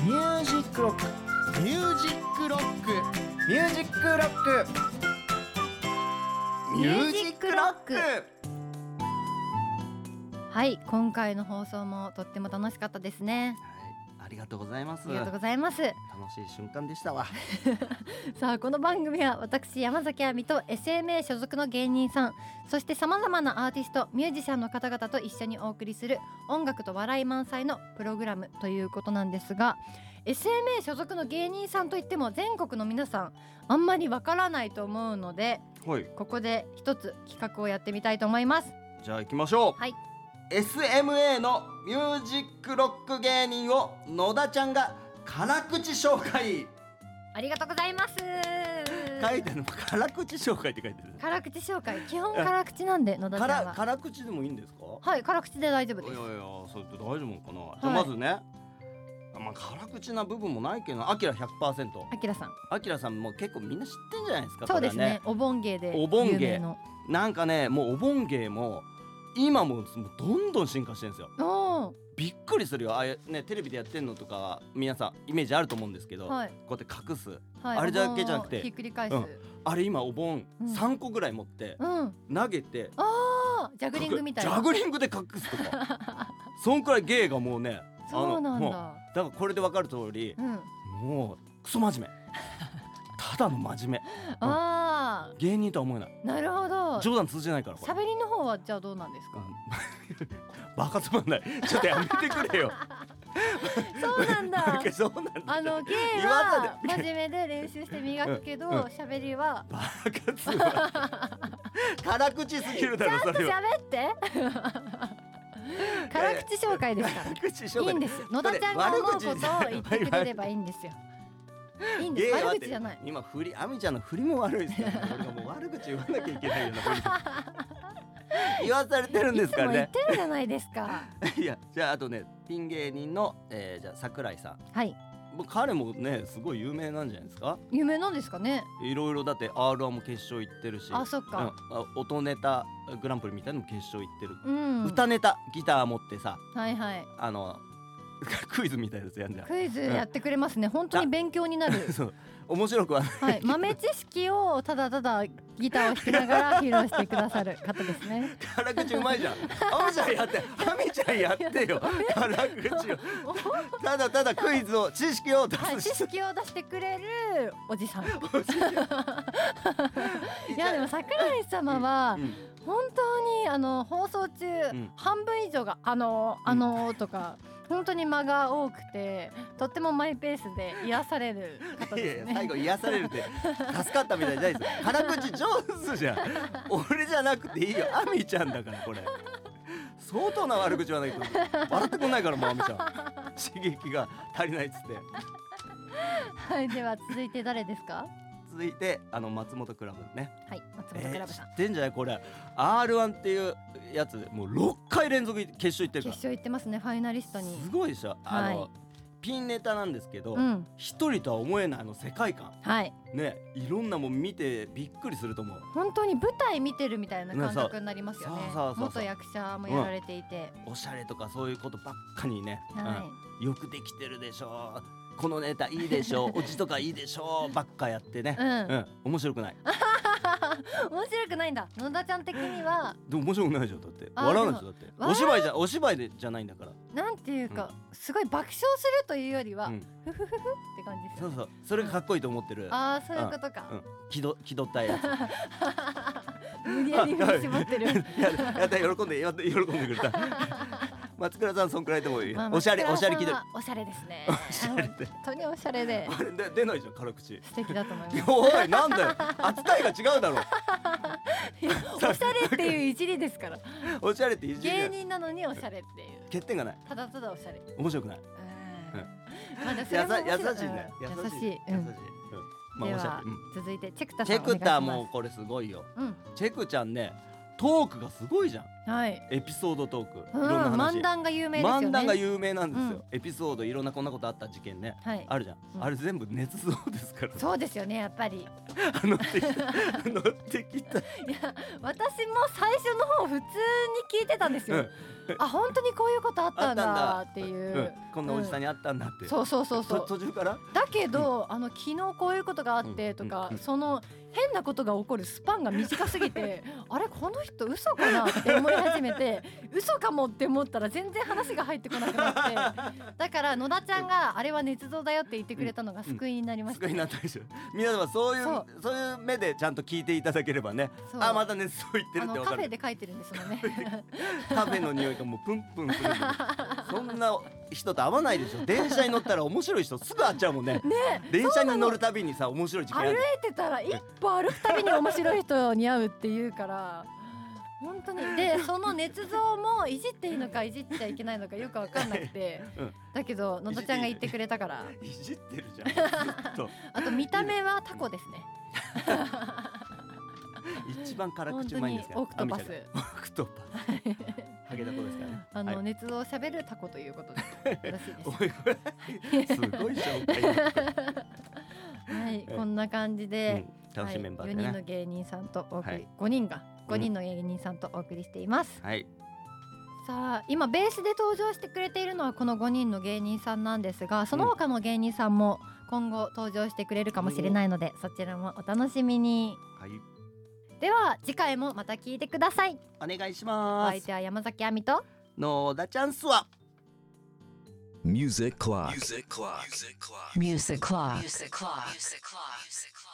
ミュージックロックミュージックロックミュージックロックミュージックロック。 はい、今回の放送もとっても楽しかったですね。 ありがとうございます。 ありがとうございます。 楽しい瞬間でしたわ。 さあ、この番組は私山崎亜美と SMA 所属の芸人さん、そしてさまざまなアーティストミュージシャンの方々と一緒にお送りする音楽と笑い満載のプログラムということなんですが、 SMA 所属の芸人さんといっても全国の皆さんあんまりわからないと思うので、 はい、 ここで一つ企画をやってみたいと思います。 じゃあ行きましょう。 はい、 SMA のミュージックロック芸人を野田ちゃんが辛口紹介。 ありがとうございます。 書いてあるの辛口紹介って書いてる。 辛口紹介、基本辛口なんで野田ちゃんは辛口でもいいんですか？ はい、辛口で大丈夫です。 いやいや、それって大丈夫かな。じゃあまずね、辛口な部分もないけど、アキラ 100%。 アキラさん、 アキラさんも結構みんな知ってんじゃないですか。 そうですね、 これね、 お盆芸でお盆芸有名の。 なんかね、もうお盆芸も今もどんどん進化してるんですよ。 おー、 びっくりするよ。あれね、テレビでやってんのとか皆さんイメージあると思うんですけど、 はいこうやって隠す、 はい、 あれだけじゃなくてお盆をひっくり返す、 あれ今お盆うん 3個ぐらい持って投げて、 ジャグリングみたいな。 ジャグリングで隠すとかそんくらい芸がもうね、 そうなんもうだ。 だからこれで分かる通り、もうクソ真面目ただの真面目、芸人とは思えない。 なるほど。 冗談通じないから。これ喋りの方はじゃあどうなんですか？ バカつまんない。ちょっとやめてくれよ。 そうなんだ。 そうなんだ。 芸は真面目で練習して磨くけど、喋りはバカつまんない。辛口すぎるだろそれは。 喋って辛口紹介ですから。いいんですよ、野田ちゃんが思うことを言ってくれればいいんですよ。いいんです、悪口じゃない。 今アミちゃんの振りも悪いですから、俺がもう悪口言わなきゃいけないような言わされてるんですからね。 いつも言ってるじゃないですか。 いや、じゃああとね、ピン芸人の、じゃあ桜井さん。 はい、 彼もねすごい有名なんじゃないですか。 有名なんですかね。 いろいろだって R1 も決勝行ってるし、 あ、そっか、 音ネタグランプリみたいなのも決勝行ってる、 うん、 歌ネタギター持ってさ、 はいはい、 クイズみたいなやつやんじゃん。 クイズやってくれますね、本当に勉強になる。 そう面白くはない、 はい、豆知識をただただギターを弾きながら披露してくださる方ですね。 辛口うまいじゃん。アミちゃんやって、アミちゃんやってよ。辛口をただただクイズを知識を出す、 はい、知識を出してくれるおじさん。いやでも桜井様は本当に放送中、半分以上がとか本当に間が多くて、とってもマイペースで癒される方ですね。 いや最後癒されるって助かったみたいじゃないですよ。辛口上手じゃん。俺じゃなくていいよ、アミちゃんだからこれ。相当な悪口はないけど笑ってこないからもうアミちゃん刺激が足りないっつって。 はい、では続いて誰ですか？ 続いて松本クラブね。 はい、松本クラブさん、 知ってんじゃないこれ。 R1 っていうやつもう6回連続決勝行ってるから。 決勝行ってますね、ファイナリストに。 すごいでしょ。 はい、 ピンネタなんですけど、 うん、 一人とは思えない世界観、 はいね、いろんなもん見てびっくりすると思う。 本当に舞台見てるみたいな感覚になりますよね。 そう元役者もやられていて、 おしゃれとかそういうことばっかにね、 はい、 よくできてるでしょ、このネタいいでしょ、オチとかいいでしょばっかやってね、面白くない。 面白くないんだ、野田ちゃん的には。 でも面白くないじゃん、だって笑わないでしょ。だってお芝居じゃないんだから。 なんていうか、すごい爆笑するというよりは、ふふふふって感じです。 そうそう、それがかっこいいと思ってる。 ああ、そういうことか。 気取ったやつ。 無理やり振り絞ってる。 やった喜んでくれた。松倉さんそんくらいでもいい。おしゃれ気取る。 おしゃれですね。 本当におしゃれで。 あれ出ないじゃん辛口。 素敵だと思います。 おい、なんだよ、扱いが違うだろ。 おしゃれっていういじりですから。 おしゃれっていじり。 芸人なのにおしゃれっていう。 欠点がない。 ただただおしゃれ。 面白くない。優しいね。 優しい。では続いてチェクタさん。 チェクタもこれすごいよ。チェクちゃんね、トークがすごいじゃん。 はいエピソードトーク、いうんろんな話漫談が有名ですよね。 漫談が有名なんですよ、エピソードいろんなこんなことあった事件ね、 はいあるじゃん、 うんあれ全部捏造ですから、 そうですよねやっぱり。 乗ってきた乗ってきたいや私も最初の方普通に聞いてたんですよ、あ本当にこういうことあったんだっていう、 こんなおじさんにあったんだって、 そうそうそうそう途中からだけど、昨日こういうことがあってとか、その変なことが起こるスパンが短すぎてあれこの人嘘かなって思い始めて嘘かもって思ったら全然話が入ってこなくなってだから野田ちゃんがあれは捏造だよって言ってくれたのが救いになりました、 救いになったでしょ。皆様そういう目でちゃんと聞いていただければね、 そうあまたねそう言ってるってわかる。 カフェで書いてるんですもんねカフェの匂いがもうプンプンするんでそんな人と会わないでしょ。電車に乗ったら面白い人すぐ会っちゃうもんね。電車に乗るたびにさ面白い時間歩いてたら一歩歩くたびに面白い人に会うっていうから本当にでその捏造もいじっていいのかいじっちゃいけないのかよく分かんなくて、だけど野田ちゃんが言ってくれたからいじってるじゃんずっとあと見た目はタコですね一番辛口うまいんですから。 オクトパスオクトパスハゲタコですからね。 捏造をしゃべるタコということでよろしいですおいおいすごい紹介はい、こんな感じで、 楽しいメンバーで 4 ね、 人の芸人さんとお送り、 はい 5人の芸人さんとお送りしています、 はい、 さあ今ベースで登場してくれているのはこの5人の芸人さんなんですが、その他の芸人さんも今後登場してくれるかもしれないので、そちらもお楽しみに。 はい、 では次回もまた聞いてください。 お願いしおます。 相手は山崎亜美と野田チャンスは Music Clock. Music Clock. Music Clock. Music Clock. Music Clock. Music Clock.